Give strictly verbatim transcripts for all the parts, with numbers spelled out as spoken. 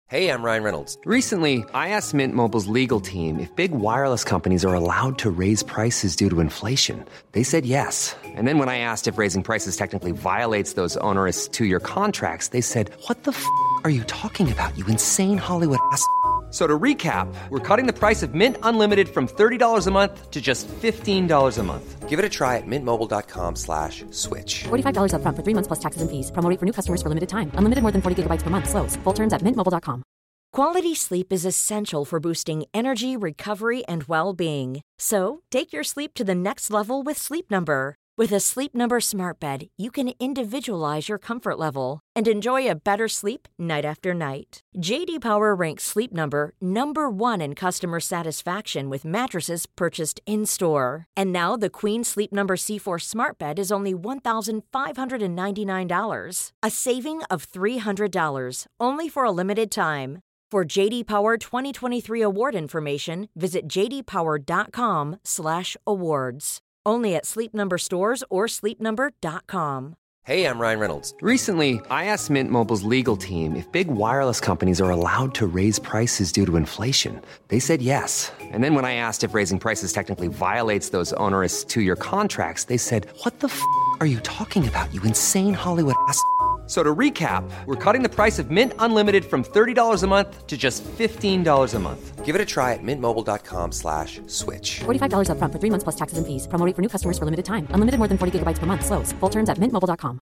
Hey, I'm Ryan Reynolds. Recently, I asked Mint Mobile's legal team if big wireless companies are allowed to raise prices due to inflation. They said yes. And then when I asked if raising prices technically violates those onerous two-year contracts, they said, "What the f*** are you talking about, you insane Hollywood ass?" So to recap, we're cutting the price of Mint Unlimited from thirty dollars a month to just fifteen dollars a month. Give it a try at mintmobile.com slash switch. forty-five dollars up front for three months plus taxes and fees. Promo rate for new customers for limited time. Unlimited more than forty gigabytes per month. Slows full terms at mint mobile dot com. Quality sleep is essential for boosting energy, recovery, and well-being. So, take your sleep to the next level with Sleep Number. With a Sleep Number smart bed, you can individualize your comfort level and enjoy a better sleep night after night. J D Power ranks Sleep Number number one in customer satisfaction with mattresses purchased in-store. And now the Queen Sleep Number C four smart bed is only one thousand five hundred ninety-nine dollars, a saving of three hundred dollars, only for a limited time. For J D Power twenty twenty-three award information, visit j d power dot com slash awards. Only at Sleep Number stores or sleep number dot com. Hey, I'm Ryan Reynolds. Recently, I asked Mint Mobile's legal team if big wireless companies are allowed to raise prices due to inflation. They said yes. And then when I asked if raising prices technically violates those onerous two-year contracts, they said, "What the f*** are you talking about, you insane Hollywood ass?" So to recap, we're cutting the price of Mint Unlimited from thirty dollars a month to just fifteen dollars a month. Give it a try at mintmobile.com slash switch. forty-five dollars up front for three months plus taxes and fees. Promo rate for new customers for limited time. Unlimited more than forty gigabytes per month. Slows full terms at mint mobile dot com.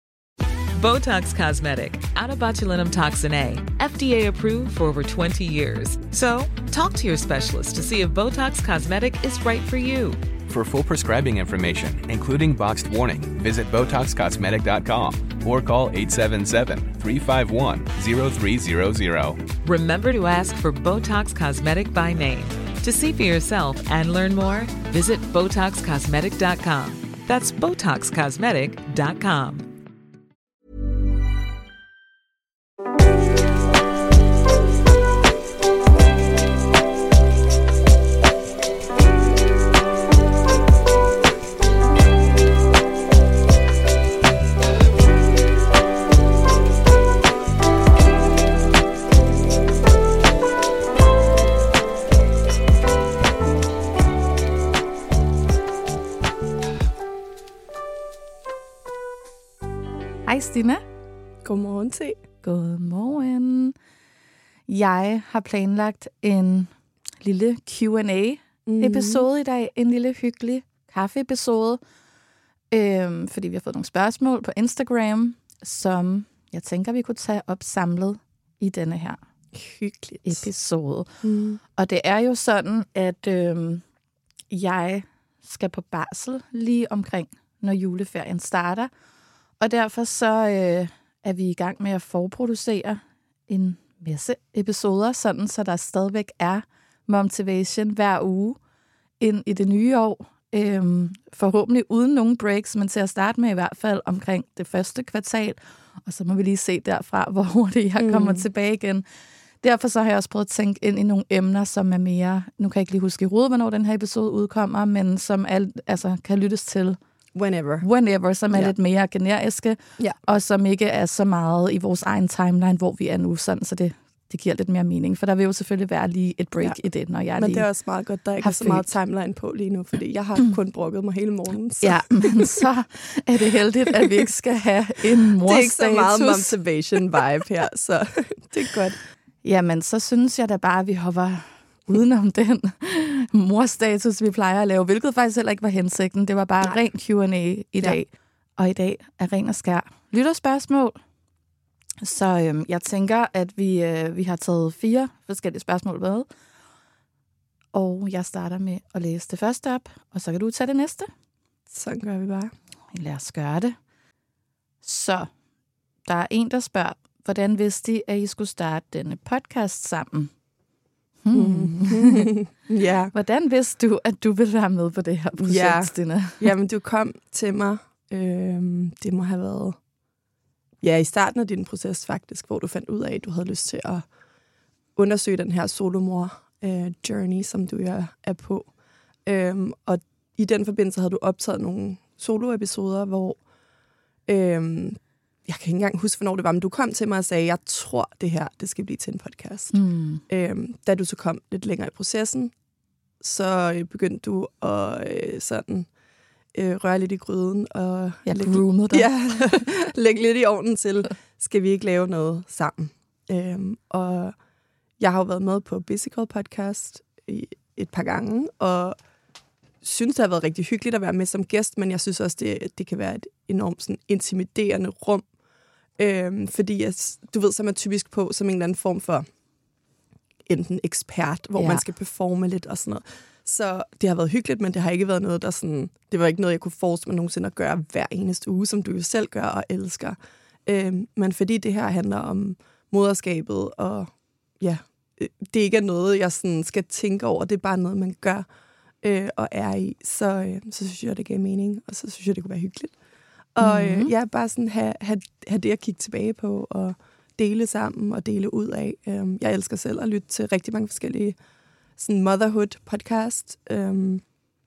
Botox Cosmetic, out of botulinum toxin A, F D A approved for over twenty years. So, talk to your specialist to see if Botox Cosmetic is right for you. For full prescribing information, including boxed warning, visit botox cosmetic dot com or call eight seven seven, three five one, zero three zero zero. Remember to ask for Botox Cosmetic by name. To see for yourself and learn more, visit botox cosmetic dot com. That's botox cosmetic dot com. Hej Stina. Godmorgen til. Godmorgen. Jeg har planlagt en lille Q and A-episode mm. i dag. En lille hyggelig kaffeepisode. Øhm, fordi vi har fået nogle spørgsmål på Instagram, som jeg tænker, vi kunne tage op samlet i denne her Hyggeligt. episode. Mm. Og det er jo sådan, at øhm, jeg skal på barsel lige omkring, når juleferien starter. Og derfor så øh, er vi i gang med at forproducere en masse episoder, sådan så der stadigvæk er Momtivation hver uge ind i det nye år. Øhm, forhåbentlig uden nogen breaks, men til at starte med i hvert fald omkring det første kvartal. Og så må vi lige se derfra, hvor hurtigt jeg kommer mm. tilbage igen. Derfor så har jeg også prøvet at tænke ind i nogle emner, som er mere, nu kan jeg ikke lige huske i hovedet, hvornår den her episode udkommer, men som al, altså, kan lyttes til Whenever. Whenever, som er ja. lidt mere generiske, ja. og som ikke er så meget i vores egen timeline, hvor vi er nu, sådan, så det, det giver lidt mere mening. For der vil jo selvfølgelig være lige et break ja. i det, når jeg men lige det er også meget godt, der ikke er så meget timeline på lige nu, fordi jeg har kun brokket mig hele morgenen. Så. Ja, men så er det heldigt, at vi ikke skal have en morstatus. Det er ikke så meget motivation-vibe her, så det er godt. Jamen, så synes jeg da bare, at vi hopper udenom den morstatus, vi plejer at lave, hvilket faktisk heller ikke var hensigten. Det var bare Nej. ren Q and A i dag. Ja. Og i dag er ren og skær lytterspørgsmål. Så øhm, jeg tænker, at vi, øh, vi har taget fire forskellige spørgsmål med. Og jeg starter med at læse det første op, og så kan du tage det næste. Sådan gør vi bare. Lad os gøre det. Så der er en, der spørger, hvordan vidste I, at I skulle starte denne podcast sammen? Hmm. ja. Hvordan vidste du, at du ville være med på det her projekt, ja. Stina? Jamen, du kom til mig. Øhm, det må have været ja, i starten af din proces faktisk, hvor du fandt ud af, at du havde lyst til at undersøge den her solomor-journey, øh, som du er, er på. Øhm, og i den forbindelse havde du optaget nogle soloepisoder, hvor øhm, jeg kan ikke engang huske, hvornår det var, men du kom til mig og sagde, jeg tror, det her, det skal blive til en podcast. Mm. Øhm, da du så kom lidt længere i processen, så øh, begyndte du at øh, sådan øh, røre lidt i gryden. Og Jeg lægge, groomede dig. Ja, lægge lidt i ovnen til, skal vi ikke lave noget sammen? Øhm, og jeg har jo været med på Bicycle Podcast i et par gange, og synes, det har været rigtig hyggeligt at være med som gæst, men jeg synes også, det, det kan være et enormt sådan, intimiderende rum. Øhm, fordi, jeg, du ved, så er man typisk på som en eller anden form for enten ekspert, hvor ja. man skal performe lidt og sådan noget. Så det har været hyggeligt, men det har ikke været noget, der sådan... Det var ikke noget, jeg kunne forestille mig nogensinde at gøre hver eneste uge, som du jo selv gør og elsker. Øhm, men fordi det her handler om moderskabet, og ja, det ikke er noget, jeg sådan skal tænke over, det er bare noget, man gør øh, og er i, så, øh, så synes jeg, det gav mening, og så synes jeg, det kunne være hyggeligt. Og øh, ja, bare sådan have, have, have det at kigge tilbage på, og dele sammen og dele ud af. Um, jeg elsker selv at lytte til rigtig mange forskellige sådan motherhood-podcast. Um,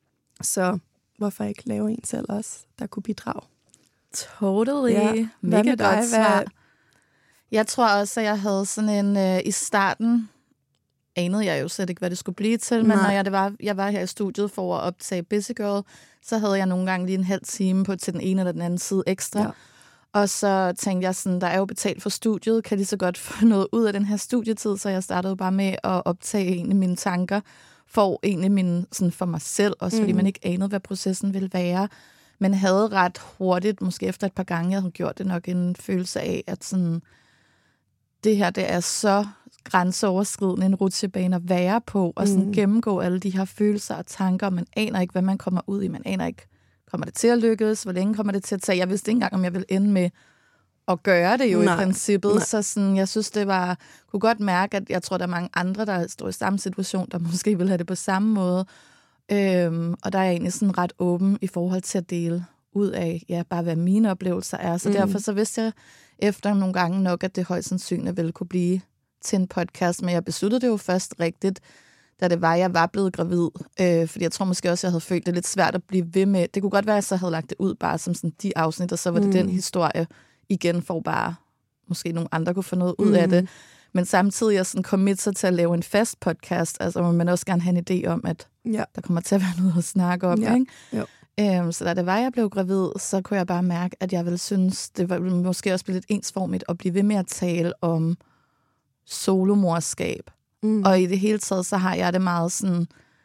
så hvorfor ikke lave en selv også, der kunne bidrage? Totally. Ja. Mega med dig? godt svar. Jeg tror også, at jeg havde sådan en... Øh, I starten anede jeg jo slet ikke, hvad det skulle blive til, men Nej. når jeg, det var, jeg var her i studiet for at optage Busy Girl, så havde jeg nogle gange lige en halv time på til den ene eller den anden side ekstra. Ja. Og så tænkte jeg sådan, der er jo betalt for studiet, kan de så godt få noget ud af den her studietid, så jeg startede bare med at optage egentlig mine tanker, for egentlig mine, sådan for mig selv, også mm. fordi man ikke anede, hvad processen ville være, men havde ret hurtigt, måske efter et par gange, jeg havde gjort det nok en følelse af, at sådan, det her, det er så grænseoverskridende en rutsjebane at være på, og sådan mm. gennemgå alle de her følelser og tanker, og man aner ikke, hvad man kommer ud i, man aner ikke, kommer det til at lykkes? Hvor længe kommer det til at tage? Jeg vidste ikke engang, om jeg ville ende med at gøre det jo Nej. i princippet. Nej. Så sådan, jeg synes, det var... kunne godt mærke, at jeg tror, der er mange andre, der står i samme situation, der måske vil have det på samme måde. Øhm, og der er jeg egentlig sådan ret åben i forhold til at dele ud af, ja, bare hvad mine oplevelser er. Så mm. derfor så vidste jeg efter nogle gange nok, at det højst sandsynligt ville kunne blive til en podcast. Men jeg besluttede det jo først rigtigt, da det var, jeg var blevet gravid. Øh, fordi jeg tror måske også, jeg havde følt det lidt svært at blive ved med. Det kunne godt være, at jeg så havde lagt det ud bare som sådan de afsnit, og så var det mm. den historie igen, for bare måske nogle andre kunne få noget ud mm. af det. Men samtidig jeg sådan commit sig til at lave en fast podcast, altså må man også gerne have en idé om, at ja. der kommer til at være noget at snakke om. Ja. Ikke? Jo. Øhm, så da det var, jeg blev gravid, så kunne jeg bare mærke, at jeg ville synes, det var måske også blive lidt ensformigt at blive ved med at tale om solomorskab. Mm. Og i det hele taget, så har jeg det meget sådan...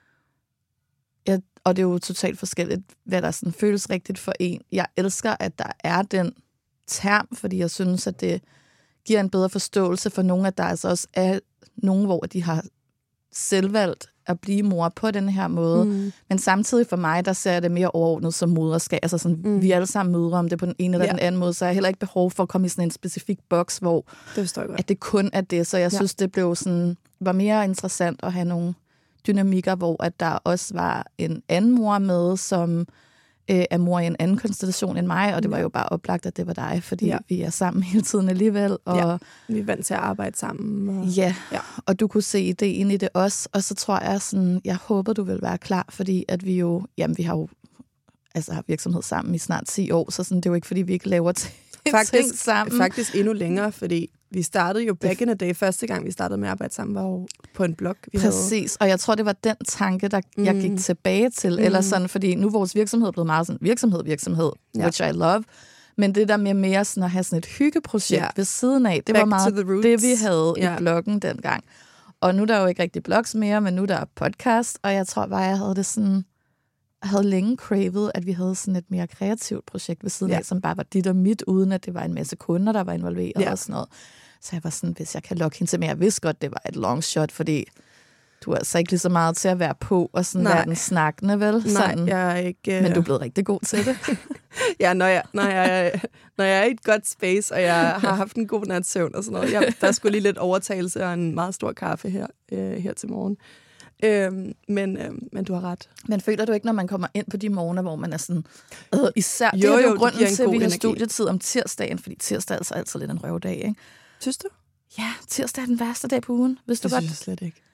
Jeg, og det er jo totalt forskelligt, hvad der sådan føles rigtigt for en. Jeg elsker, at der er den term, fordi jeg synes, at det giver en bedre forståelse for nogle, at der altså også er nogen, hvor de har selvvalgt at blive mor på den her måde. Mm. Men samtidig for mig, der ser jeg det mere overordnet som moderskab. Altså sådan, mm. vi er alle sammen mødre om det på den ene eller ja. den anden måde, så jeg har heller ikke behov for at komme i sådan en specifik boks, hvor det at det kun er det. Så jeg ja. synes, det blev sådan, var mere interessant at have nogle dynamikker, hvor at der også var en anden mor med, som øh, er mor i en anden konstellation end mig, og det var jo bare oplagt, at det var dig, fordi ja. vi er sammen hele tiden alligevel. Og ja. Vi er vant til at arbejde sammen. Og... Ja, ja, og du kunne se ideen i det også, og så tror jeg sådan, jeg håber, du vil være klar, fordi at vi jo, jamen vi har jo altså har virksomhed sammen i snart ti år, så sådan, det er jo ikke, fordi vi ikke laver ting, faktisk, ting sammen. Faktisk endnu længere, fordi vi startede jo back in the day. Første gang, vi startede med at arbejde sammen, var jo på en blog. Vi Præcis, havde. Og jeg tror, det var den tanke, der mm. jeg gik tilbage til. Mm. Eller sådan, fordi nu er vores virksomhed blevet meget sådan virksomhed, virksomhed, ja. which I love. Men det der med mere sådan at have sådan et hyggeprojekt ja. ved siden af, det back var meget det, vi havde ja. i bloggen dengang. Og nu er der jo ikke rigtig blogs mere, men nu er der podcast, og jeg tror bare, jeg havde det sådan... Jeg havde længe cravet, at vi havde sådan et mere kreativt projekt ved siden ja. af, som bare var dit og mit, uden at det var en masse kunder, der var involveret ja. og sådan noget. Så jeg var sådan, hvis jeg kan lokke hende til, men jeg vidste godt, det var et long shot, fordi du er altså ikke lige så meget til at være på og sådan være den snakkende, vel? Sådan. Nej, jeg er ikke... Uh... Men du er blevet rigtig god til det. ja, når jeg, når, jeg, når jeg er i et godt space, og jeg har haft en god nats søvn og sådan noget. Jeg, der skulle lige lidt overtagelse og en meget stor kaffe her, uh, her til morgen. Øhm, men, øhm, men du har ret. Men føler du ikke, når man kommer ind på de morgener, hvor man er sådan... Øh, især, jo, det er jo, jo grunden til, at vi har energi. studietid om tirsdagen, fordi tirsdag er altså altid lidt en røvdag, ikke? Synes du? Ja, tirsdag er den værste dag på ugen, hvis du det godt... synes jeg slet ikke.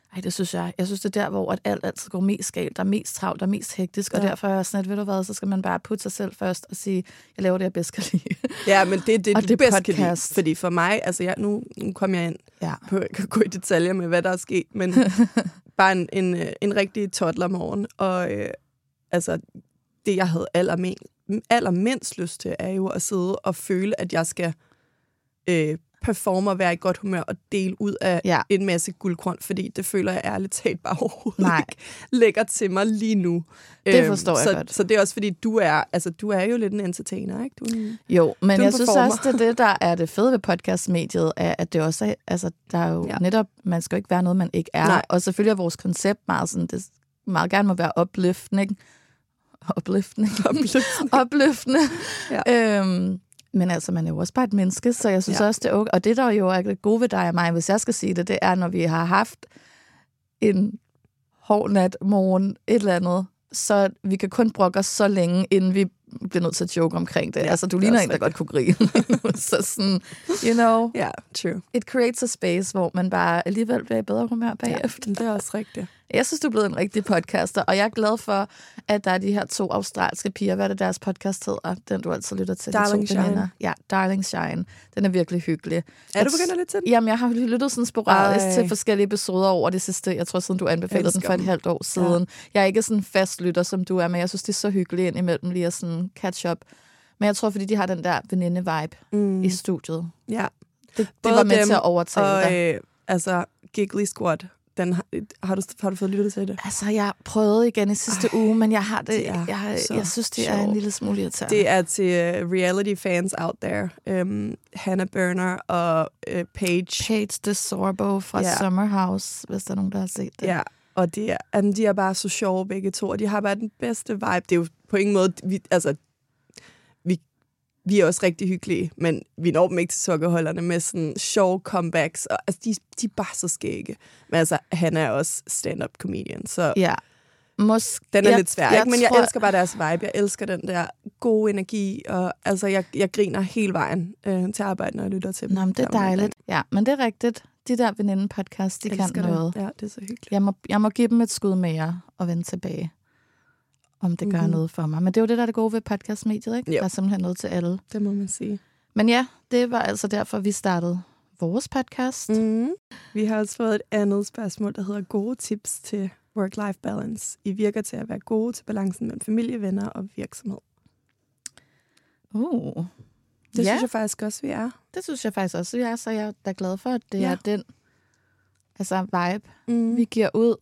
Ej, det synes jeg. Jeg synes, det er der, hvor at alt altid går mest galt. Der er mest travlt, der er mest hektisk, ja. Og derfor er jeg sådan, at ved du hvad, så skal man bare putte sig selv først og sige, jeg laver det, jeg bedst kan lide. Ja, men det er det, og du det bedst podcast. kan lide. Fordi for mig, altså jeg, nu, nu kommer jeg ind ja. på, jeg kan gå i detaljer med, hvad der er sket, men bare en, en, en rigtig toddlermorgen. Og øh, altså, det, jeg havde allermest, allermindst lyst til, er jo at sidde og føle, at jeg skal øh, performe og være i godt humør og dele ud af ja. en masse guldkorn, fordi det føler jeg ærligt talt bare overhovedet Nej. ikke lægger til mig lige nu. Det forstår øhm, jeg så, godt. Så det er også fordi, du er, altså, du er jo lidt en entertainer, ikke? Du er en, jo, men du jeg en synes performer. også, det det, der er det fede ved podcastmediet, er, at det også er, altså, der er jo ja. netop, man skal jo ikke være noget, man ikke er. Nej. Og selvfølgelig er vores koncept meget sådan, det meget gerne må være opløftende, ikke? Opløftende. Opløftende. Opløftende. Ja. Øhm, men altså, man er jo også bare et menneske, så jeg synes ja. også, det er okay. Og det, der jo er det gode ved dig og mig, hvis jeg skal sige det, det er, når vi har haft en hård nat, morgen, et eller andet, så vi kan kun brokke os så længe, inden vi bliver nødt til at joke omkring det. Ja, altså, du ligner en, der godt kunne grine. Så sådan, you know, ja, true. It creates a space, hvor man bare alligevel bliver i bedre humør bagefter. Ja, det er også rigtigt. Jeg synes, du er blevet en rigtig podcaster, og jeg er glad for, at der er de her to australske piger. Hvad er det, deres podcast hedder? Den, du altid lytter til. Darling de to Shine. Veninder. Ja, Darling Shine. Den er virkelig hyggelig. Er du begyndt at lytte til den? Jamen, jeg har lyttet sådan sporadisk Ej. til forskellige episoder over det sidste, jeg tror, siden du anbefalede den for et halvt år siden. Ja. Jeg er ikke sådan en fast lytter, som du er, men jeg synes, det er så hyggeligt indimellem lige at sådan catch up. Men jeg tror, fordi de har den der veninde-vibe mm. i studiet. Ja. Det, det var med til at overtale og, dig. Øh, altså, Giggly Squad. Den, har, har, du, har du fået lyttet til det? Altså, jeg prøvede igen i sidste Ej, uge, men jeg har det. Jeg, jeg, jeg synes, det sjov. er en lille smule irriterende. Det er til uh, reality fans out there. Um, Hannah Berner og uh, Paige. Paige DeSorbo fra ja. Summer House, hvis der er nogen, der har set det. Ja, og det er, altså, de er bare så sjove begge to, og de har bare den bedste vibe. Det er jo på ingen måde... Vi, altså, vi, vi er også rigtig hyggelige, men vi når dem ikke til sukkerholderne med sådan sjove comebacks. Og, altså, de, de er bare så skægge. Men altså, han er også stand-up comedian, så... Ja. Mås- den er jeg, lidt svær, jeg ikke? Men tror... jeg elsker bare deres vibe. Jeg elsker den der gode energi, og altså, jeg, jeg griner hele vejen øh, til arbejde, når jeg lytter til dem. Nå, men det er dejligt. Ja, men det er rigtigt. De der veninde-podcast, de kan det. noget. Ja, det er så hyggeligt. Jeg må, jeg må give dem et skud mere og vende tilbage, om det gør mm-hmm. noget for mig. Men det er jo det, der er det gode ved podcastmediet, ikke? Jo. Der er simpelthen noget til alle. Det må man sige. Men ja, det var altså derfor, vi startede vores podcast. Mm. Vi har også fået et andet spørgsmål, der hedder gode tips til work-life balance. I virker til at være gode til balancen mellem familie, venner og virksomhed. Uh. Det ja. synes jeg faktisk også, vi er. Det synes jeg faktisk også, vi er, så jeg er da glad for, at det ja. er den altså vibe, mm. vi giver ud.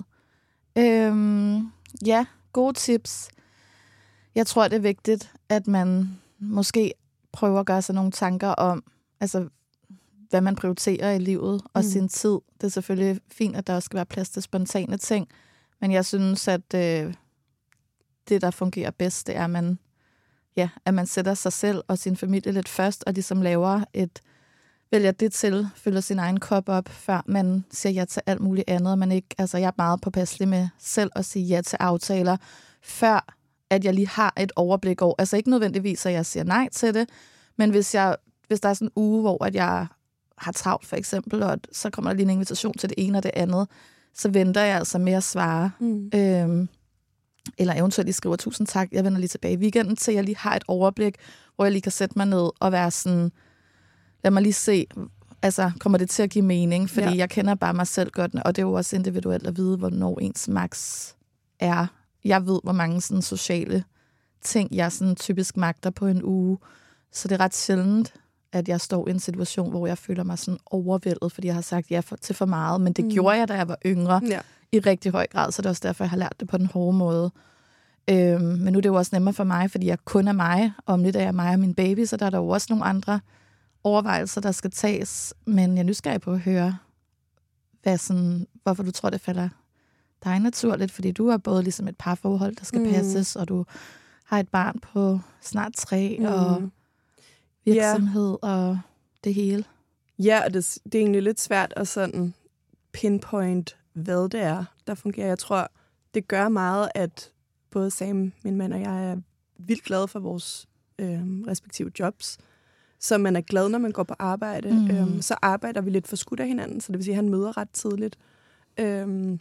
Øhm, ja, gode tips. Jeg tror, det er vigtigt, at man måske prøver at gøre sig nogle tanker om, altså, hvad man prioriterer i livet og mm. sin tid. Det er selvfølgelig fint, at der også skal være plads til spontane ting, men jeg synes, at øh, det, der fungerer bedst, det er, at man, ja, at man sætter sig selv og sin familie lidt først, og ligesom laver et, vælger det til, fylder sin egen kop op, før man siger ja til alt muligt andet. Man ikke, altså, jeg er meget påpasselig med selv at sige ja til aftaler, før at jeg lige har et overblik over. Altså ikke nødvendigvis, at jeg siger nej til det, men hvis, jeg, hvis der er sådan en uge, hvor at jeg har travlt for eksempel, og så kommer der lige en invitation til det ene og det andet, så venter jeg altså med at svare. Mm. Øhm, eller eventuelt lige skriver tusind tak, jeg vender lige tilbage i weekenden, til jeg lige har et overblik, hvor jeg lige kan sætte mig ned og være sådan, lad mig lige se, altså kommer det til at give mening, fordi ja. jeg kender bare mig selv godt, og det er jo også individuelt at vide, hvornår ens max er. Jeg ved, hvor mange sådan sociale ting, jeg sådan typisk magter på en uge, så det er ret sjældent, at jeg står i en situation, hvor jeg føler mig sådan overvældet, fordi jeg har sagt ja for, til for meget, men det mm. gjorde jeg, da jeg var yngre, ja. i rigtig høj grad, så det er også derfor, jeg har lært det på den hårde måde. Øhm, men nu er det jo også nemmere for mig, fordi jeg kun er mig, og om lidt er jeg mig og min baby, så der er der jo også nogle andre overvejelser, der skal tages, men jeg er nysgerrig på at høre, hvad sådan, hvorfor du tror, det falder dig naturligt, fordi du har både ligesom et parforhold, der skal mm. passes, og du har et barn på snart tre, mm. og virksomhed yeah. og det hele. Ja, og det, det er egentlig lidt svært at sådan pinpoint, hvad det er, der fungerer. Jeg tror, det gør meget, at både Sam, min mand og jeg er vildt glade for vores øh, respektive jobs. Så man er glad, når man går på arbejde. Mm. Øhm, så arbejder vi lidt for skudt af hinanden, så det vil sige, at han møder ret tidligt. øhm,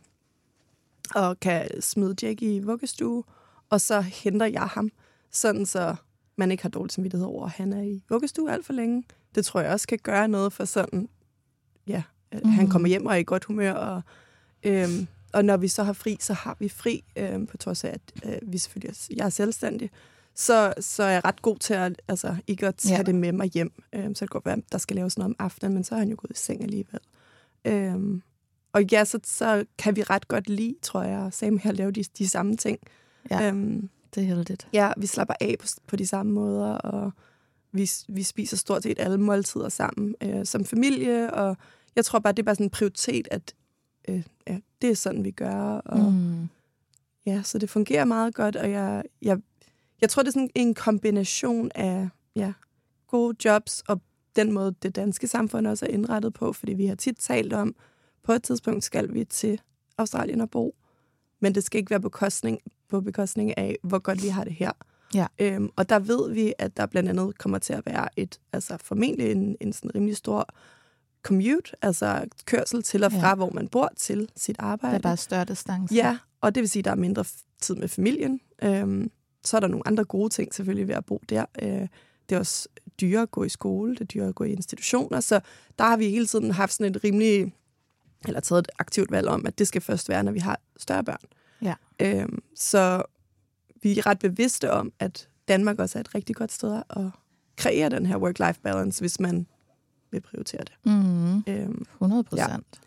og kan smide Jake i vuggestue, og så henter jeg ham, sådan så man ikke har dårlig samvittighed over, at han er i vuggestue alt for længe. Det tror jeg også kan gøre noget for sådan, ja, mm. han kommer hjem og er i godt humør, og, øhm, og når vi så har fri, så har vi fri, øhm, på trods af, at øh, vi selvfølgelig er, jeg er selvstændig, så, så er jeg ret god til at altså, ikke at tage ja. det med mig hjem. Øhm, så det kan godt være, der skal laves noget om aftenen, men så er han jo gået i seng alligevel. Øhm, og ja, så, så kan vi ret godt lide, tror jeg, Sam her lave de, de samme ting. Ja, øhm, det er heldigt. Ja, vi slapper af på, på de samme måder, og vi, vi spiser stort set alle måltider sammen øh, som familie, og jeg tror bare, det er bare sådan en prioritet, at øh, ja, det er sådan, vi gør. Og, mm. Ja, så det fungerer meget godt, og jeg, jeg, jeg tror, det er sådan en kombination af ja, gode jobs og den måde, det danske samfund også er indrettet på, fordi vi har tit talt om, på et tidspunkt skal vi til Australien og bo, men det skal ikke være bekostning, på bekostning af, hvor godt vi har det her. Ja. Øhm, og der ved vi, at der blandt andet kommer til at være et, altså formentlig en, en sådan rimelig stor commute, altså kørsel til og fra, ja. hvor man bor til sit arbejde. Det er bare større distance. Ja, og det vil sige, at der er mindre tid med familien. Øhm, så er der nogle andre gode ting selvfølgelig ved at bo der. Øh, det er også dyrere at gå i skole, det er dyrere at gå i institutioner, så der har vi hele tiden haft sådan et rimelig, eller taget et aktivt valg om, at det skal først være, når vi har større børn. Ja. Øhm, så vi er ret bevidste om, at Danmark også er et rigtig godt sted at kreere den her work-life balance, hvis man vil prioritere det. Mm. Øhm, hundrede procent. Ja.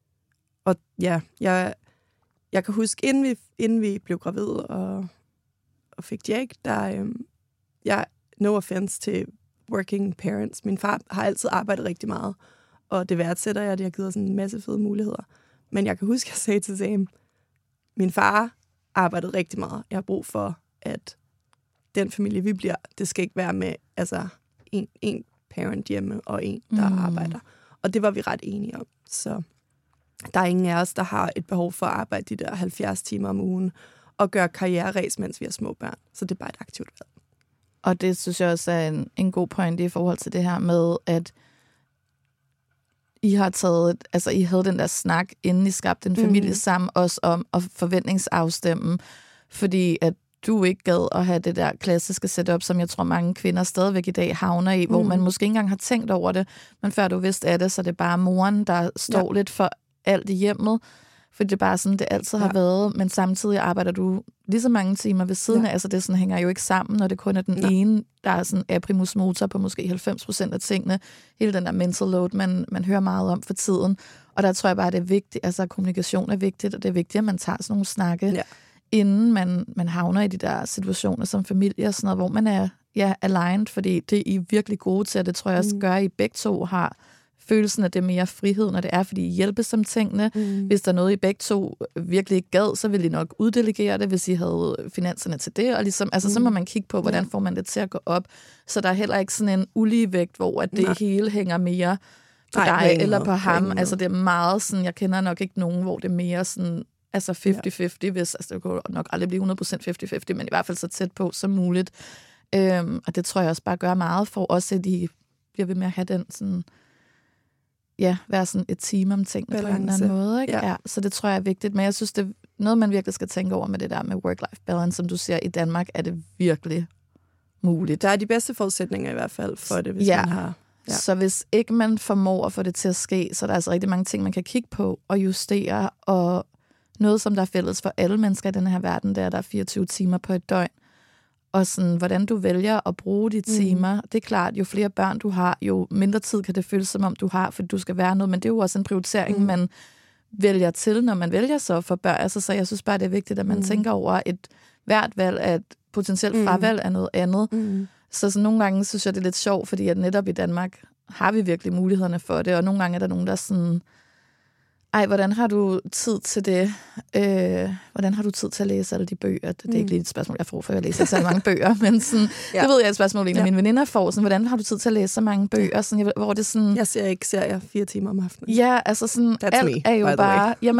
Og ja, jeg, jeg kan huske, inden vi, inden vi blev gravide og, og fik Jake, der øhm, jeg, no offense til working parents. Min far har altid arbejdet rigtig meget, og det værdsætter jeg, det har givet sådan en masse fede muligheder. Men jeg kan huske, at jeg sagde til Sam, min far arbejdede rigtig meget. Jeg har brug for, at den familie, vi bliver, det skal ikke være med altså en, en parent hjemme og en, der mm. arbejder. Og det var vi ret enige om. Så der er ingen af os, der har et behov for at arbejde de der halvfjerds timer om ugen og gøre karriereræs, mens vi har små børn. Så det er bare et aktivt valg. Og det synes jeg også er en, en god point i forhold til det her med, at I har taget, altså I havde den der snak, inden I skabte en familie mm. sammen, også om at forventningsafstemme, fordi at du ikke gad at have det der klassiske setup, som jeg tror mange kvinder stadigvæk i dag havner i, mm. hvor man måske ikke engang har tænkt over det, men før du vidste af det, så det er bare moren, der står ja. lidt for alt i hjemmet, for det er bare sådan, det altid har ja. været, men samtidig arbejder du lige så mange timer ved siden ja. af, altså det sådan hænger jo ikke sammen, når det kun er den ja. ene, der er sådan er primus motor på måske halvfems procent af tingene, hele den der mental load, man, man hører meget om for tiden, og der tror jeg bare, det er vigtigt, altså kommunikation er vigtigt, og det er vigtigt, at man tager sådan nogle snakke, ja. inden man, man havner i de der situationer som familie og sådan noget, hvor man er ja, aligned, fordi det er I virkelig gode til, og det tror jeg også gør, at I begge to har følelsen af det mere frihed, når det er, fordi I hjælpes om tingene. Mm. Hvis der er noget, I begge to virkelig ikke gad, så vil I nok uddelegere det, hvis I havde finanserne til det. Og ligesom, altså, mm. så må man kigge på, hvordan får man det til at gå op. Så der er heller ikke sådan en ulige vægt, hvor at det Nej. hele hænger mere på Nej, dig eller på ham. Altså det er meget sådan, jeg kender nok ikke nogen, hvor det er mere sådan, altså halvtreds halvtreds, hvis, altså det kunne nok aldrig blive hundrede procent halvtreds halvtreds, men i hvert fald så tæt på som muligt. Øhm, og det tror jeg også bare gør meget for os, at de bliver ved med at have den sådan, ja, være sådan et team om tingene på en eller anden måde. Ikke? Ja. Ja, så det tror jeg er vigtigt. Men jeg synes, det er noget, man virkelig skal tænke over med det der med work-life balance. Som du siger, i Danmark er det virkelig muligt. Der er de bedste forudsætninger i hvert fald for det, hvis ja. man har... Ja. Så hvis ikke man formår at få det til at ske, så er der altså rigtig mange ting, man kan kigge på og justere. Og noget, som der er fælles for alle mennesker i den her verden, det er, der er fireogtyve timer på et døgn. Og sådan, hvordan du vælger at bruge de timer. Mm. Det er klart, jo flere børn du har, jo mindre tid kan det føles som om du har, fordi du skal være noget. Men det er jo også en prioritering, mm. man vælger til, når man vælger så for børn. Altså, så jeg synes bare, det er vigtigt, at man mm. tænker over et hvert valg af et potentielt fravalg af noget andet. Mm. Så, så nogle gange synes jeg, det er lidt sjovt, fordi at netop i Danmark har vi virkelig mulighederne for det. Og nogle gange er der nogen, der er sådan... Ej, hvordan har du tid til det? Øh, hvordan har du tid til at læse alle de bøger? Det, det er ikke lige et spørgsmål, jeg får, for jeg læser ikke så mange bøger, men sådan, ja. det ved jeg er et spørgsmål, en af ja. mine veninder får. Sådan, hvordan har du tid til at læse så mange bøger? Sådan, hvor det sådan, jeg ser ikke serier fire timer om aftenen. Ja, altså sådan, That's alt me, er jo bare... Jamen,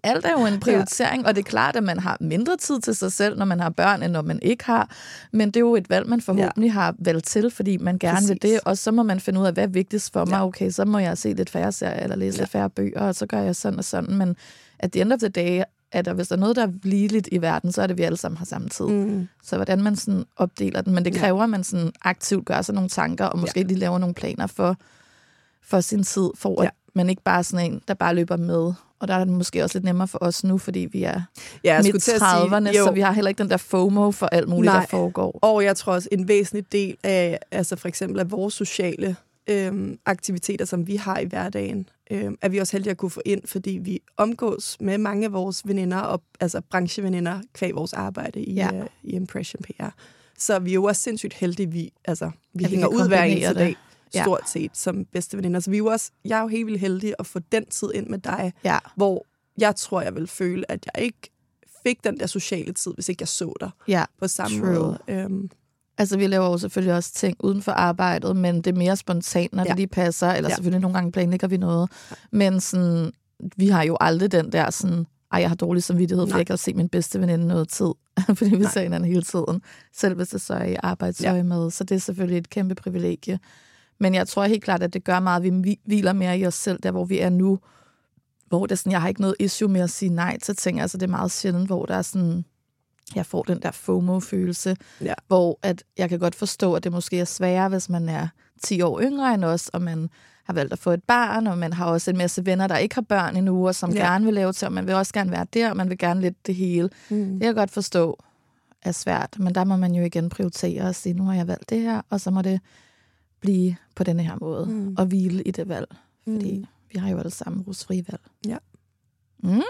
alt er jo en prioritering, ja. Og det er klart, at man har mindre tid til sig selv, når man har børn, end når man ikke har. Men det er jo et valg, man forhåbentlig ja. har valgt til, fordi man gerne Præcis. vil det. Og så må man finde ud af, hvad er vigtigst for mig. Ja. Okay, så må jeg se lidt færre serier, eller læse ja. lidt færre bøger, og så gør jeg sådan og sådan. Men at the end of the day, at der, hvis der er noget, der er ligeligt i verden, så er det, vi alle sammen har samme tid. Mm. Så hvordan man sådan opdeler den. Men det kræver, ja. at man sådan aktivt gør sig nogle tanker, og måske ja. lige laver nogle planer for, for sin tid, for at ja. man ikke bare er sådan en, der bare løber med. Og der er det måske også lidt nemmere for os nu, fordi vi er ja, midt trediverne, så vi har heller ikke den der FOMO for alt muligt, Nej. der foregår. Og jeg tror også, en væsentlig del af, altså for eksempel af vores sociale øhm, aktiviteter, som vi har i hverdagen, øhm, er vi også heldige at kunne få ind, fordi vi omgås med mange af vores veninder, og, altså brancheveninder, kvæg vores arbejde i, ja. uh, i Impression P R. Så vi er jo også sindssygt heldige, vi, altså, vi hænger vi ud hver eneste dag. Ja. Stort set som bedste veninder. Så vi er jo også, jeg er jo helt vildt heldig at få den tid ind med dig, ja. hvor jeg tror, jeg vil føle, at jeg ikke fik den der sociale tid, hvis ikke jeg så dig ja. på samme True. måde. Um, altså, vi laver jo selvfølgelig også ting uden for arbejdet, men det er mere spontant, når ja. det lige passer, eller ja. selvfølgelig nogle gange planlægger vi noget. Ja. Men sådan, vi har jo aldrig den der sådan, ej, jeg har dårlig samvittighed, for jeg kan se min bedste veninde noget tid, fordi vi ser hinanden hele tiden, selv hvis det så er i arbejdsøje ja. med. Så det er selvfølgelig et kæmpe privilegie. Men jeg tror helt klart, at det gør meget, at vi hviler mere i os selv, der hvor vi er nu. Hvor det er sådan, jeg har ikke noget issue med at sige nej til ting. Altså det er meget sjældent, hvor der er sådan, jeg får den der FOMO-følelse. Ja. Hvor at jeg kan godt forstå, at det måske er sværere, hvis man er ti år yngre end os, og man har valgt at få et barn, og man har også en masse venner, der ikke har børn endnu, og som ja. gerne vil lave til, og man vil også gerne være der, og man vil gerne lidt det hele. Mm. Det kan jeg godt forstå er svært, men der må man jo igen prioritere og sige, nu har jeg valgt det her, og så må det blive på denne her måde, mm. og hvile i det valg. Fordi mm. vi har jo alle sammen rusfrie valg. Ja. Mm?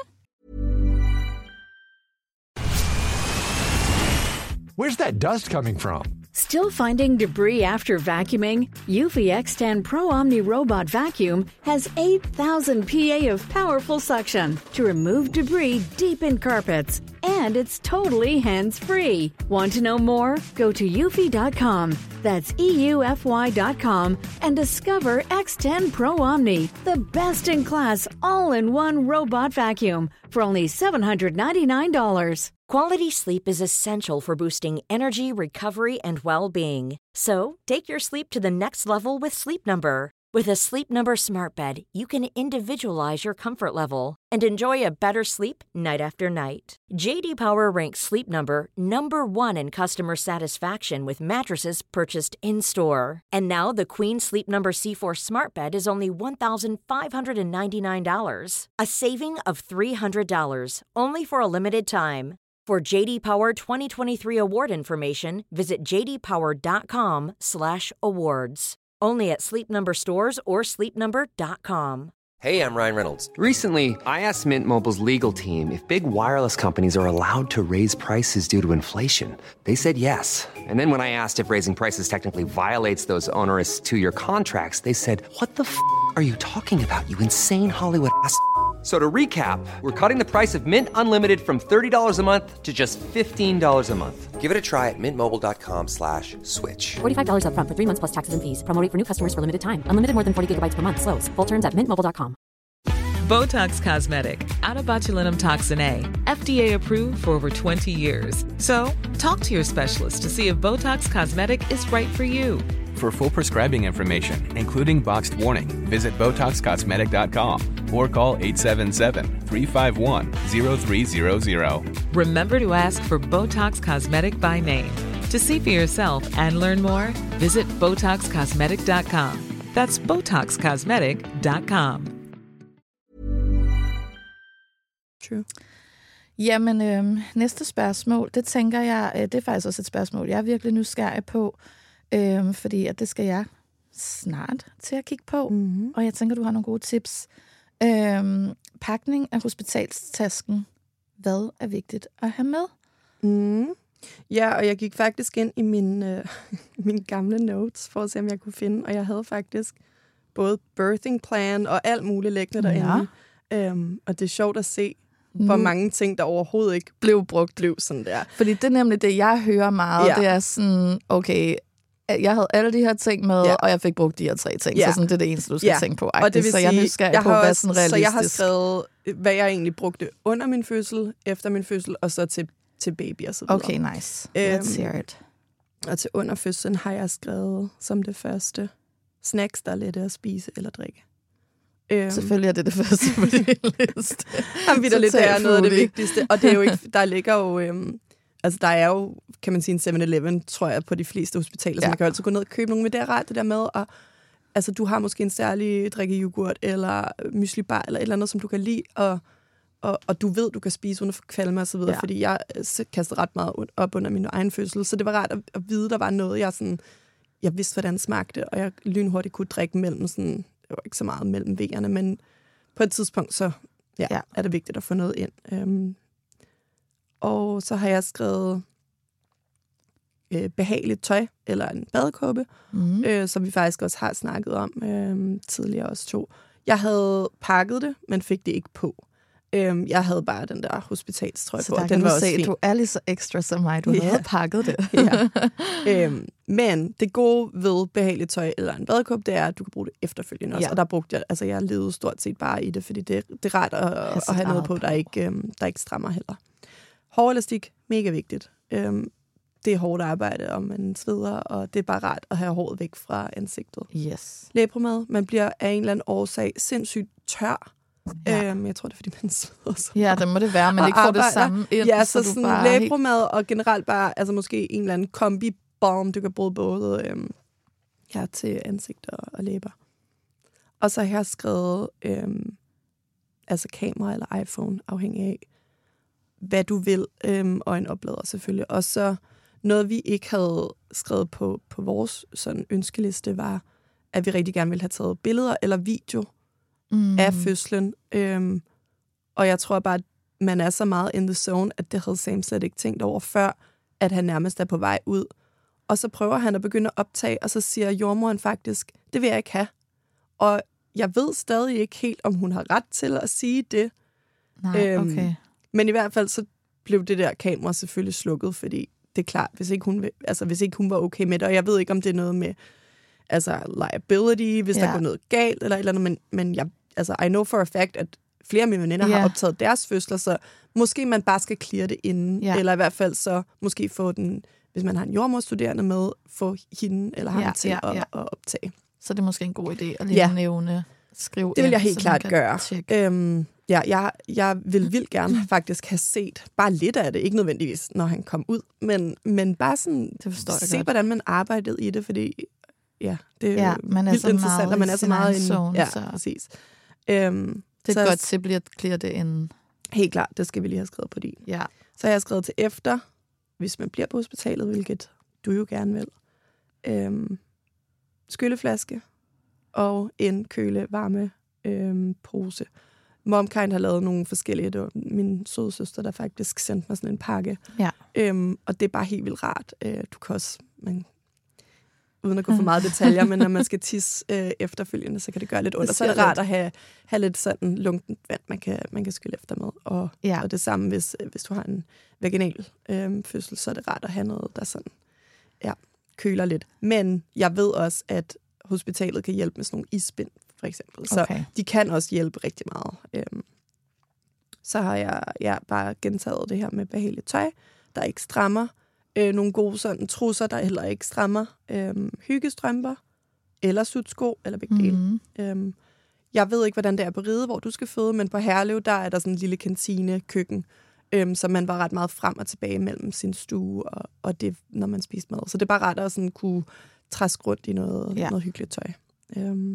Where's that dust coming from? Still finding debris after vacuuming? Eufy X ten Pro Omni Robot Vacuum has eight thousand P A of powerful suction to remove debris deep in carpets. And it's totally hands-free. Want to know more? Go to eufy dot com. That's E U F Y dot com and discover X ten Pro Omni, the best-in-class all-in-one robot vacuum for only seven hundred ninety-nine dollars. Quality sleep is essential for boosting energy, recovery, and well-being. So, take your sleep to the next level with Sleep Number. With a Sleep Number smart bed, you can individualize your comfort level and enjoy a better sleep night after night. J D Power ranks Sleep Number number one in customer satisfaction with mattresses purchased in-store. And now the Queen Sleep Number C four smart bed is only one thousand five hundred ninety-nine dollars, a saving of three hundred dollars, only for a limited time. For J D Power twenty twenty-three award information, visit j d power dot com slash awards. Only at Sleep Number stores or sleep number dot com. Hey, I'm Ryan Reynolds. Recently, I asked Mint Mobile's legal team if big wireless companies are allowed to raise prices due to inflation. They said yes. And then when I asked if raising prices technically violates those onerous two-year contracts, they said, what the f*** are you talking about, you insane Hollywood ass f- So to recap, we're cutting the price of Mint Unlimited from thirty dollars a month to just fifteen dollars a month. Give it a try at mintmobile.com slash switch. forty-five dollars up front for three months plus taxes and fees. Promo rate for new customers for limited time. Unlimited more than forty gigabytes per month. Slows full terms at mint mobile dot com. Botox Cosmetic, out of botulinum toxin A, F D A approved for over twenty years. So, talk to your specialist to see if Botox Cosmetic is right for you. For full prescribing information, including boxed warning, visit botox cosmetic dot com or call eight seven seven, three five one, zero three zero zero. Remember to ask for Botox Cosmetic by name. To see for yourself and learn more, visit botox cosmetic dot com. That's botox cosmetic dot com. True. Jamen, øh, næste spørgsmål, det tænker jeg, øh, det er faktisk også et spørgsmål, jeg er virkelig nysgerrig på, øh, fordi at det skal jeg snart til at kigge på, mm-hmm. og jeg tænker, du har nogle gode tips. Øh, pakning af hospitalstasken, hvad er vigtigt at have med? Mm. Ja, og jeg gik faktisk ind i min, øh, min gamle notes, for at se, om jeg kunne finde, og jeg havde faktisk både birthing plan og alt muligt liggende derinde. Ja. Øhm, og det er sjovt at se, mm. hvor mange ting, der overhovedet ikke blev brugt, blev sådan der. Fordi det er nemlig det, jeg hører meget. Ja. Det er sådan, okay, jeg havde alle de her ting med, ja. og jeg fik brugt de her tre ting. Ja. Så sådan, det er det eneste, du skal ja. tænke på. Og det vil så sige, jeg nysgerrig jeg på, hvad også, sådan realistisk. Så jeg har skrevet, hvad jeg egentlig brugte under min fødsel, efter min fødsel, og så til, til baby og så videre. Okay, nice. Let's hear it. Og til under fødslen har jeg skrevet som det første, snacks, der er lette at spise eller drikke. Øhm. Selvfølgelig er det det første på din liste. Jamen, vitterligt, det er noget af det vigtigste. Og det er jo ikke, der ligger jo, øhm, altså der er jo, kan man sige, en seven eleven, tror jeg, på de fleste hospitaler, ja. Så man kan altid gå ned og købe nogle, men det er ret det der med, og altså du har måske en særlig drikke yoghurt, eller myslibar, eller et eller andet, som du kan lide, og, og, og du ved, du kan spise uden at få kvalme og så videre, ja. Fordi jeg kastede ret meget op under min egen fødsel, så det var rart at, at vide, der var noget, jeg sådan, jeg vidste, hvordan det smagte, og jeg lynhurtigt kunne drikke mellem sådan, det var ikke så meget mellem vejerne, men på et tidspunkt, så ja, ja. er det vigtigt at få noget ind. Øhm, og så har jeg skrevet øh, behageligt tøj, eller en badekåbe, mm. øh, som vi faktisk også har snakket om øh, tidligere også to. Jeg havde pakket det, men fik det ikke på. Øhm, jeg havde bare den der hospitalstrøj på, og den var også se, fin. Du er lige så ekstra som mig. Du ja. havde pakket det. ja. øhm, men det gode ved behageligt tøj eller en badekåbe, det er, at du kan bruge det efterfølgende også. Ja. Og der brugte jeg, altså jeg levede stort set bare i det, fordi det, det er rart at, at have noget på, der ikke, øhm, der ikke strammer heller. Hårelastik, mega vigtigt. Øhm, det er hårdt arbejde, og man sveder, og det er bare rart at have håret væk fra ansigtet. Yes. Læbromad, man bliver af en eller anden årsag sindssygt tør. Ja. Øhm, jeg tror, det er, fordi man sveder så ja, det må det være, men ikke får det samme ind. Ja, så, så sådan bare læbromad helt... og generelt bare, altså måske en eller anden kombi-bomb, du kan bruge både øhm, ja, til ansigt og, og læber. Og så har jeg skrevet øhm, altså kamera eller iPhone, afhængig af, hvad du vil, øhm, og en oplader selvfølgelig. Og så noget, vi ikke havde skrevet på, på vores sådan ønskeliste, var, at vi rigtig gerne ville have taget billeder eller video mm. af fødslen. Øhm, og jeg tror bare, at man er så meget in the zone, at det havde Sam slet ikke tænkt over før, at han nærmest er på vej ud. Og så prøver han at begynde at optage, og så siger jordmoren faktisk, det vil jeg ikke have. Og jeg ved stadig ikke helt, om hun har ret til at sige det. Nej, øhm, okay. Men i hvert fald så blev det der kamera selvfølgelig slukket, fordi det er klart, hvis ikke hun, altså, hvis ikke hun var okay med det. Og jeg ved ikke, om det er noget med altså liability, hvis ja. der går noget galt eller et eller andet, men, men jeg, altså, I know for a fact, at flere af mine veninder ja. har optaget deres fødsler, så måske man bare skal clear det inden, ja. eller i hvert fald så måske få den, hvis man har en jordmorstuderende med, få hende eller ham ja, til ja, ja. At, at optage. Så det er måske en god idé at lige ja. nævne, skrive det vil jeg ind, helt klart gøre. Øhm, ja, jeg, jeg vil vildt gerne faktisk have set bare lidt af det, ikke nødvendigvis, når han kom ud, men, men bare sådan det se, godt. Hvordan man arbejdede i det, fordi ja, det er, ja, man er vildt så interessant, og man er så meget i zone, ja, så. præcis. Øhm, det er så, godt til at blive at clear det inden. Helt klart, det skal vi lige have skrevet på din. Ja. Så har jeg skrevet til efter, hvis man bliver på hospitalet, hvilket du jo gerne vil. Øhm, skylleflaske og en køle varme øhm, pose. Momkind har lavet nogle forskellige. Det var min søde søster, der faktisk sendte mig sådan en pakke. Ja. Øhm, og det er bare helt vildt rart. Øh, du kan også, man, uden at gå for meget detaljer, men når man skal tisse øh, efterfølgende, så kan det gøre lidt ondt. Så er det rart at have, have lidt sådan lunkent vand, man kan, man kan skylle efter med. Og, ja. og det samme, hvis, hvis du har en vaginal øh, fødsel, så er det rart at have noget, der sådan, ja, køler lidt. Men jeg ved også, at hospitalet kan hjælpe med sådan nogle isbind, for eksempel. Så okay. de kan også hjælpe rigtig meget. Øhm, så har jeg ja, bare gentaget det her med behageligt tøj, der ikke strammer. Øh, nogle gode sådan trusser, der heller ikke strammer. Øhm, hyggestrømper, eller sutsko, eller begge dele. Mm-hmm. Øhm, jeg ved ikke, hvordan det er på Ride, hvor du skal føde, men på Herlev, der er der sådan en lille kantine, køkken, øhm, så man var ret meget frem og tilbage mellem sin stue og, og det, når man spiste mad. Så det er bare ret at sådan kunne træske rundt i noget, ja. noget hyggeligt tøj. Øhm,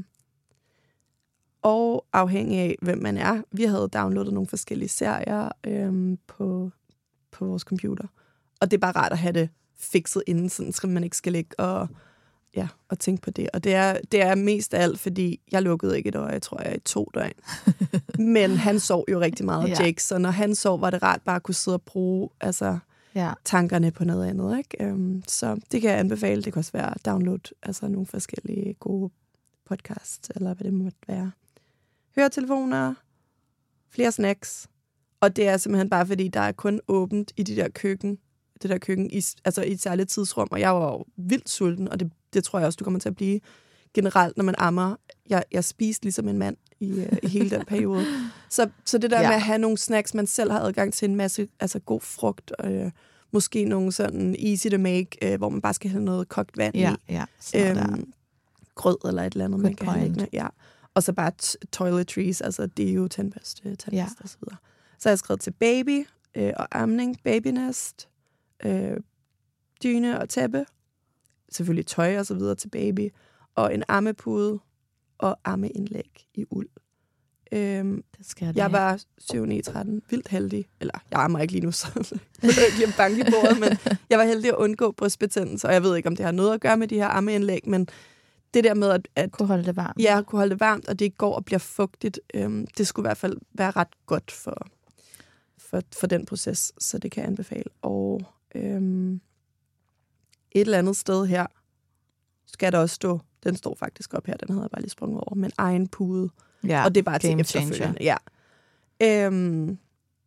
og afhængig af, hvem man er. Vi havde downloadet nogle forskellige serier øhm, på, på vores computer. Og det er bare rart at have det fikset inden, sådan, så man ikke skal ligge og, ja, og tænke på det. Og det er, det er mest af alt, fordi jeg lukkede ikke et øje, tror jeg, i to døgn. Men han sov jo rigtig meget, ja. Jake. Så når han sov, var det rart bare at kunne sidde og bruge altså, ja. tankerne på noget andet. Ikke? Um, så det kan jeg anbefale. Det kan også være at downloade altså, nogle forskellige gode podcasts, eller hvad det måtte være. Høretelefoner, flere snacks. Og det er simpelthen bare, fordi der er kun åbent i de der køkken, det der køkken, i, altså i et særligt tidsrum, og jeg var jo vildt sulten, og det det tror jeg også, du kommer til at blive generelt, når man ammer. Jeg, jeg spiste ligesom en mand i, øh, i hele den periode. Så, så det der ja. med at have nogle snacks, man selv har adgang til en masse altså god frugt, øh, måske nogle sådan easy to make, øh, hvor man bare skal have noget kogt vand ja, i. Ja, øhm, grød eller et eller andet, man kan have liggende. Ja. Og så bare t- toiletries, altså det er jo tandpasta, tandpasta ja. og så videre. Så har jeg skrevet til baby øh, og amning, babynest, øh, dyne og tæppe, selvfølgelig tøj og så videre til baby, og en ammepude og ammeindlæg i uld. Øhm, det skal jeg var syv ni tretten, vildt heldig. Eller, jeg ammer ikke lige nu, så jeg er bange i bordet, men jeg var heldig at undgå brystbetændelse, og jeg ved ikke, om det har noget at gøre med de her ammeindlæg, men det der med at... at kunne holde det varmt. Ja, kunne holde det varmt, og det går og bliver fugtigt. Øhm, det skulle i hvert fald være ret godt for, for, for den proces, så det kan jeg anbefale. Og øhm, et eller andet sted her skal der også stå, den står faktisk op her, den havde jeg bare lige sprunget over, men egen pude. Ja, og det er bare til efterfølgende. Ja. Øhm,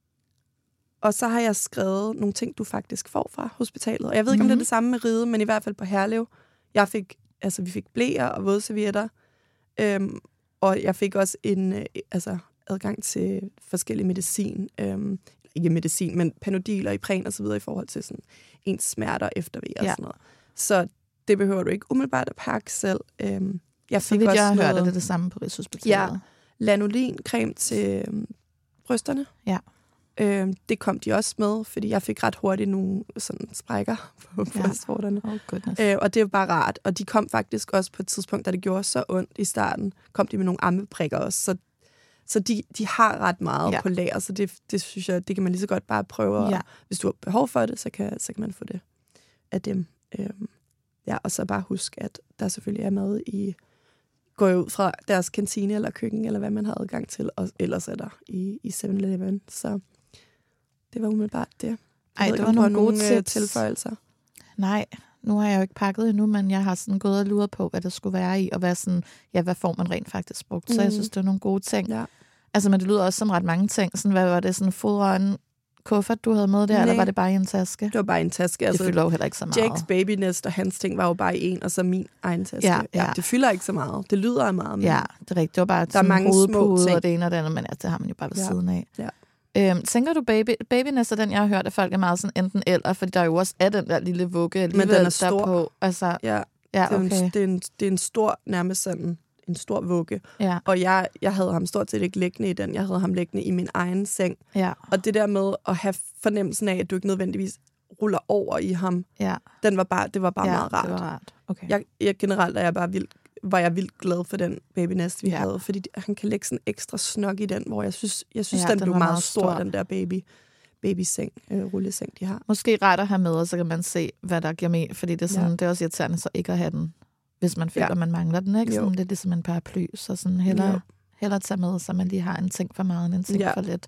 og så har jeg skrevet nogle ting, du faktisk får fra hospitalet. Og jeg ved ikke, mm-hmm. om det er det samme med Ride, men i hvert fald på Herlev. Jeg fik, altså, vi fik bleer og vådservietter. Øhm, og jeg fik også en øh, altså, adgang til forskellige medicin. Øhm, ikke medicin, men Panodil og Ipren og så videre i forhold til sådan, ens smerter efterved og ja. sådan noget. Så det behøver du ikke umiddelbart at pakke selv. Øhm, jeg så fik vidt også jeg har noget, hørt, at det er det samme på Rigshospitalet. Ja, lanolin-creme til øhm, brysterne. Ja. Øhm, det kom de også med, fordi jeg fik ret hurtigt nogle sådan sprækker på ja. brystvorterne. Oh, goodness. Øh, og det var bare rart. Og de kom faktisk også på et tidspunkt, da det gjorde så ondt i starten, kom de med nogle ammeprikker også. Så, så de, de har ret meget ja. på lager, så det, det synes jeg, det kan man lige så godt bare prøve. Ja. Og hvis du har behov for det, så kan, så kan man få det af dem. Øhm, ja, og så bare husk, at der selvfølgelig er mad i... går jo ud fra deres kantine eller køkken, eller hvad man har adgang til, og ellers er der i, i seven eleven. Så det var umiddelbart det. Ej, det var nogle gode tips. Tilføjelser. Nej, nu har jeg jo ikke pakket endnu, men jeg har sådan gået og luret på, hvad det skulle være i, og hvad, sådan, ja, hvad får man rent faktisk brugt. Mm. Så jeg synes, det er nogle gode ting. Ja. Altså, men det lyder også som ret mange ting. Sådan, hvad var det, sådan fodrende kuffert, du havde med der, Nej. eller var det bare i en taske? Det var bare i en taske. Altså, det fylder jo heller ikke så meget. Jakes babynest og hans ting var jo bare i en, og så min egen taske. Ja, ja. Ja, det fylder ikke så meget. Det lyder af meget. Men ja, det er rigtigt. Det var bare der er mange små ting. Og det ene og det andet, men ja, det har man jo bare ved ja. siden af. Ja. Øhm, tænker du, baby, babynest er den, jeg har hørt, at folk er meget sådan enten eller, fordi der jo også er den der lille vugge alligevel. Men den er stor. Derpå. Altså, ja, ja okay. det, er en, det, er en, det er en stor, nærmest sådan en stor vugge. Ja. Og jeg, jeg havde ham stort set ikke liggende i den. Jeg havde ham liggende i min egen seng. Ja. Og det der med at have fornemmelsen af, at du ikke nødvendigvis ruller over i ham, ja. den var bare, det var bare ja, meget rart. Det var rart. Okay. Jeg, jeg, generelt er jeg bare vildt, var jeg vildt glad for den babynest, vi ja. havde. Fordi han kan lægge sådan ekstra snog i den, hvor jeg synes, jeg synes ja, den, den blev meget, meget stor, stor, den der baby. babyseng, øh, rulleseng, de har. Måske rart at have med, og så kan man se, hvad der giver mening, fordi det er, sådan, ja. det er også irriterende så ikke at have den, hvis man føler, ja. man mangler den, ikke? Sådan, det er ligesom en paraply, så sådan hellere, hellere tage med, så man lige har en ting for meget, end en ting ja. for lidt.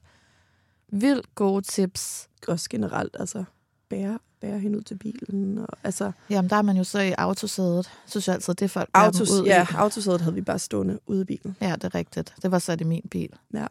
Vildt gode tips. Også generelt, altså, bære, bære hende ud til bilen, og altså... Jamen, der er man jo så i autosædet, synes jeg altid, det er folk, Autos, der ud ja, i. Autosædet havde vi bare stående ude i bilen. Ja, det er rigtigt. Det var så i min bil. Ja.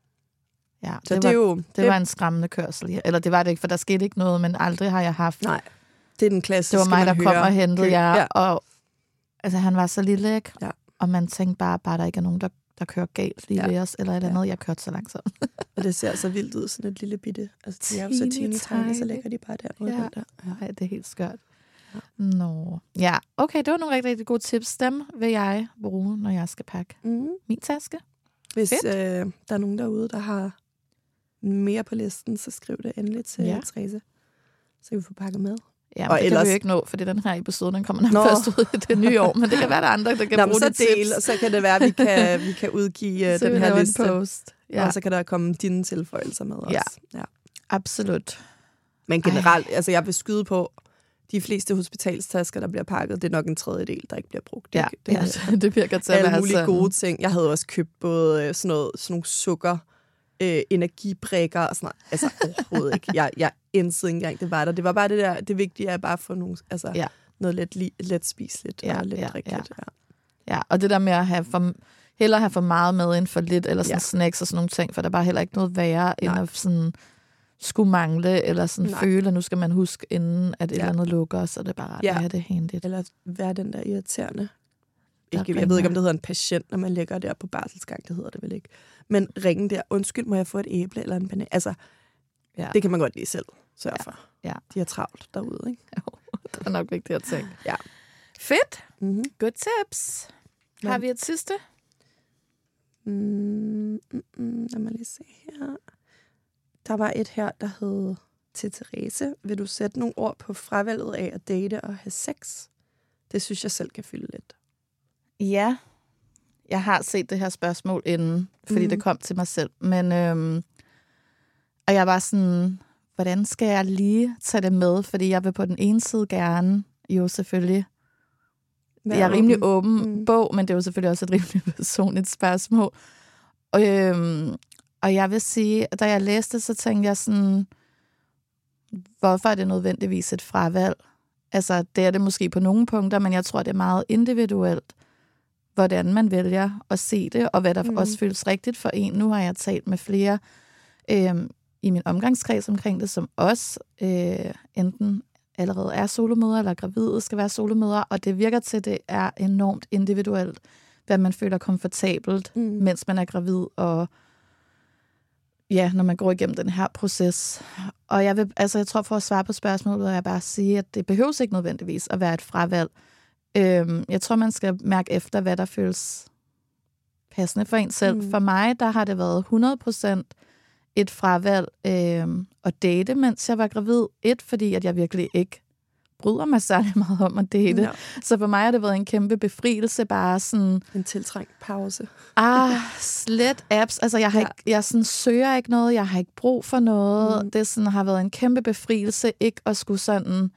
Ja, så det, det, var, jo, det, det var en skræmmende kørsel. Eller det var det ikke, for der skete ikke noget, men aldrig har jeg haft... Nej, det er den klassiske, det var mig, der kom og hentede jer, ja. og altså, han var så lille, ikke? Ja. Og man tænkte bare, bare der ikke er nogen, der, der kører galt lige ja. ved os, eller et eller andet, ja. jeg kørte så langsomt. Og det ser så vildt ud, sådan et lille bitte... Altså, de er jo så teeny-tiny, så lægger de bare der. Ja. der. Ja. Ej, det er helt skørt. Ja. Nå. Ja, okay, det var nogle rigtig, rigtig gode tips. Dem vil jeg bruge, når jeg skal pakke mm. min taske. Hvis øh, der er nogen derude, der har mere på listen, så skriv det endelig til ja. Therese, så kan vi få pakket med. Ja, og det ellers... kan vi jo ikke nå, fordi den her episode, den kommer nok først ud i det nye år, men det kan være, der er andre, der kan Nå, bruge så de tips. Del, og så kan det være, at vi kan, vi kan udgive uh, den her liste. Post. Ja. Og så kan der komme dine tilføjelser med os. Ja, ja. Absolut. Men generelt, Ej. altså jeg vil skyde på, de fleste hospitalstasker, der bliver pakket, det er nok en tredjedel, der ikke bliver brugt. Ja, det, ja, det, det virker til at være alle mulige sådan. gode ting. Jeg havde også købt både sådan, noget, sådan nogle sukker, øh, energibrikker og sådan noget. Altså overhovedet ikke. Jeg, jeg indsede ikke engang, det var der. Det var bare det der, det vigtige er bare at få nogle, altså, ja. noget let, li, let spiseligt ja, og let ja, drikkeligt. Ja. Ja. ja, og det der med at have for, hellere have for meget med end for lidt, eller sådan ja. snacks og sådan nogle ting, for der er bare heller ikke noget værre, end at sådan... skulle mangle, eller sådan Nej. føle, at nu skal man huske, inden at et Ja. eller andet lukker, så det er bare rart Ja. at have det handigt. Eller være den der irriterende. Der Ikke, jeg ved ikke, om ringer. det hedder en patient, når man ligger der på barselsgang. Det hedder det vel ikke. Men ringe der, undskyld, må jeg få et æble eller en banan? Altså, Ja. det kan man godt lige selv sørge Ja. for. Ja. De er travlt derude, ikke? Det er nok vigtigt at tænke. Ja. Fedt. Mm-hmm. Good tips. Har Men- vi et sidste? Mm, mm, mm, lad mig lige se her. Der var et her, der hed til Therese. Vil du sætte nogle ord på fravalget af at date og have sex? Det synes jeg selv kan fylde lidt. Ja. Jeg har set det her spørgsmål inden, fordi Mhm. det kom til mig selv. Men, øhm, og jeg var sådan, hvordan skal jeg lige tage det med? Fordi jeg vil på den ene side gerne, jo selvfølgelig, Vær jeg er rimelig åben. åben Mm. bog, men det er jo selvfølgelig også et rimelig personligt spørgsmål. Og, øhm, og jeg vil sige, at da jeg læste, så tænkte jeg sådan, hvorfor er det nødvendigvis et fravalg? Altså, det er det måske på nogle punkter, men jeg tror, det er meget individuelt, hvordan man vælger at se det, og hvad der Mm. mm. også føles rigtigt for en. Nu har jeg talt med flere øhm, i min omgangskreds omkring det, som også øh, enten allerede er solomødre, eller gravide skal være solomødre, og det virker til, at det er enormt individuelt, hvad man føler komfortabelt, Mm. mens man er gravid, og ja, når man går igennem den her proces. Og jeg vil, altså jeg tror, for at svare på spørgsmålet, vil jeg bare sige, at det behøves ikke nødvendigvis at være et fravalg. Øhm, jeg tror, man skal mærke efter, hvad der føles passende for en selv. Mm. Mm. For mig, der har det været hundrede procent et fravalg øhm, at date, mens jeg var gravid. Et, fordi at jeg virkelig ikke bryder mig særlig meget om at date. Ja. Så for mig har det været en kæmpe befrielse, bare sådan, En tiltrængt pause. ah, slet apps. Altså, jeg, har Ja. ikke, jeg sådan, søger ikke noget, jeg har ikke brug for noget. Mm. Mm. Det sådan, har været en kæmpe befrielse, ikke at skulle sådan,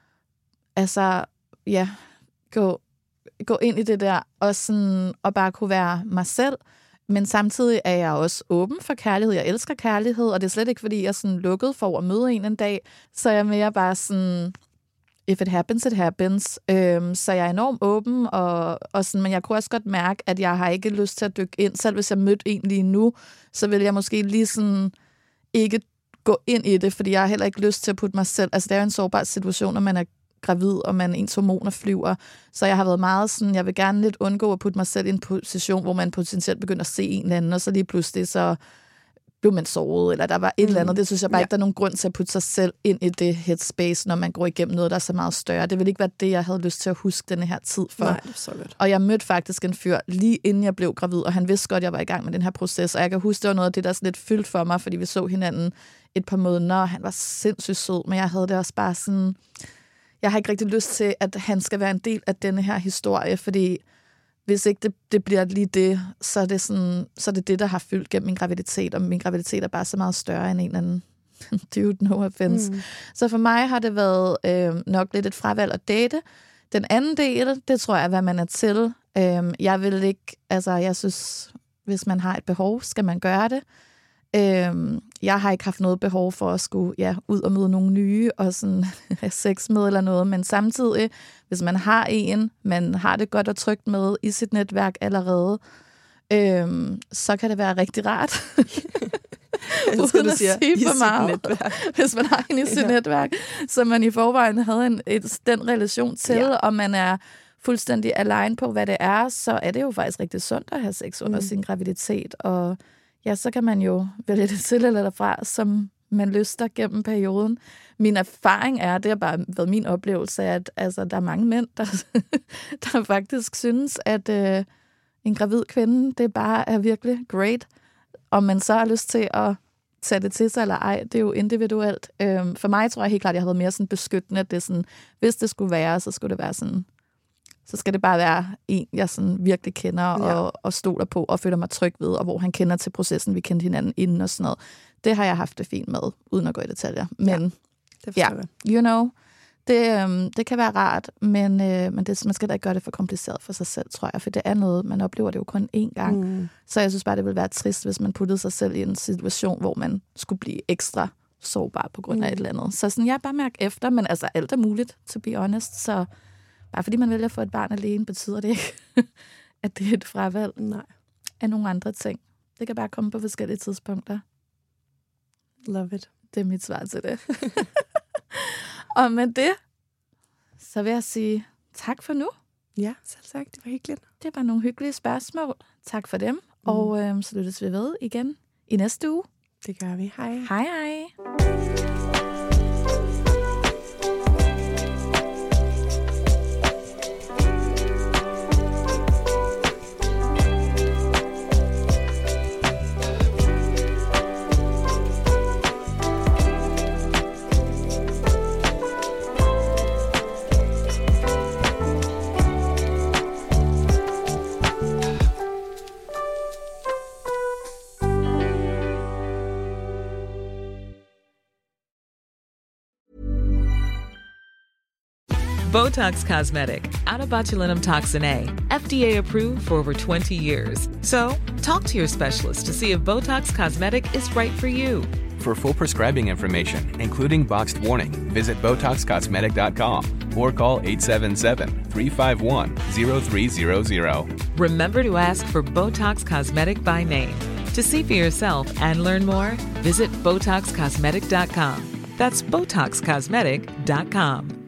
altså, ja, gå, gå ind i det der, og, sådan, og bare kunne være mig selv. Men samtidig er jeg også åben for kærlighed. Jeg elsker kærlighed, og det er slet ikke, fordi jeg er sådan lukket for at møde en en dag. Så jeg er mere bare sådan, if it happens, it happens. Øhm, så jeg er enormt åben, og, og sådan, men jeg kunne også godt mærke, at jeg har ikke lyst til at dykke ind. Selv hvis jeg mødte en lige nu, så vil jeg måske lige sådan ikke gå ind i det, fordi jeg har heller ikke lyst til at putte mig selv. Altså, det er jo en sårbar situation, når man er gravid, og man ens hormoner flyver. Så jeg har været meget sådan, jeg vil gerne lidt undgå at putte mig selv i en position, hvor man potentielt begynder at se en eller anden, og så lige pludselig så blev man såret, eller der var et mm. eller andet. Det synes jeg bare Ja. ikke, der er nogen grund til at putte sig selv ind i det headspace, når man går igennem noget, der er så meget større. Det vil ikke være det, jeg havde lyst til at huske denne her tid for. Nej, det er så godt. Og jeg mødte faktisk en fyr lige inden jeg blev gravid, og han vidste godt, at jeg var i gang med den her proces. Og jeg kan huske, det var noget af det, der sådan lidt fyldt for mig, fordi vi så hinanden et par måneder, og han var sindssygt sød, men jeg havde det også bare sådan, jeg har ikke rigtig lyst til, at han skal være en del af denne her historie, fordi hvis ikke det, det bliver lige det, så er det, sådan, så er det det, der har fyldt gennem min graviditet, og min graviditet er bare så meget større end en eller anden dude, no offense. Mm. Så for mig har det været øh, nok lidt et fravalg at date. Den anden del, det tror jeg er, hvad man er til. Øh, jeg vil ikke, altså jeg synes, hvis man har et behov, skal man gøre det. Øh, jeg har ikke haft noget behov for at skulle ja, ud og møde nogle nye og sådan have sex med eller noget, men samtidig, hvis man har en, man har det godt og trygt med i sit netværk allerede, øh, så kan det være rigtig rart. Jeg skal, du siger, sige i for sit meget, netværk. hvis man har en i sit Ja. netværk, som man i forvejen havde en, et, den relation til, Ja. og man er fuldstændig alene på, hvad det er, så er det jo faktisk rigtig sundt at have sex under Mm. sin graviditet, og ja, så kan man jo vælge det til eller derfra, som man lyster gennem perioden. Min erfaring er, det har bare været min oplevelse, at altså, der er mange mænd, der, der faktisk synes, at øh, en gravid kvinde, det bare er virkelig great. Om man så har lyst til at tage det til sig eller ej, det er jo individuelt. Øhm, for mig tror jeg helt klart, at jeg havde været mere sådan beskyttende, at det sådan, hvis det skulle være, så skulle det være sådan, så skal det bare være en, jeg sådan virkelig kender og, Ja. og stoler på og føler mig tryg ved, og hvor han kender til processen, vi kendte hinanden inden og sådan noget. Det har jeg haft det fint med, uden at gå i detaljer. Men Ja, det forstår ja, jeg. you know, det, øhm, det kan være rart, men, øh, men det, man skal da ikke gøre det for kompliceret for sig selv, tror jeg, for det er noget, man oplever det jo kun én gang. Mm. Så jeg synes bare, det ville være trist, hvis man puttede sig selv i en situation, hvor man skulle blive ekstra sårbar på grund af Mm. et eller andet. Så sådan, jeg bare mærke efter, men altså alt er muligt, to be honest. Så bare fordi man vælger at få et barn alene, betyder det ikke, at det er et fravalg Nej, af nogle andre ting. Det kan bare komme på forskellige tidspunkter. love it. Det er mit svar til det. Og med det, så vil jeg sige tak for nu. Ja, selv tak. Det var hyggeligt. Det var nogle hyggelige spørgsmål. Tak for dem. Mm. Og øhm, så lyttes vi ved igen i næste uge. Det gør vi. Hej. Hej, hej. Botox Cosmetic, out of botulinum toxin A, F D A approved for over twenty years. So, talk to your specialist to see if Botox Cosmetic is right for you. For full prescribing information, including boxed warning, visit Botox Cosmetic dot com or call eight seven seven, three five one, zero three zero zero. Remember to ask for Botox Cosmetic by name. To see for yourself and learn more, visit Botox Cosmetic dot com. That's Botox Cosmetic dot com.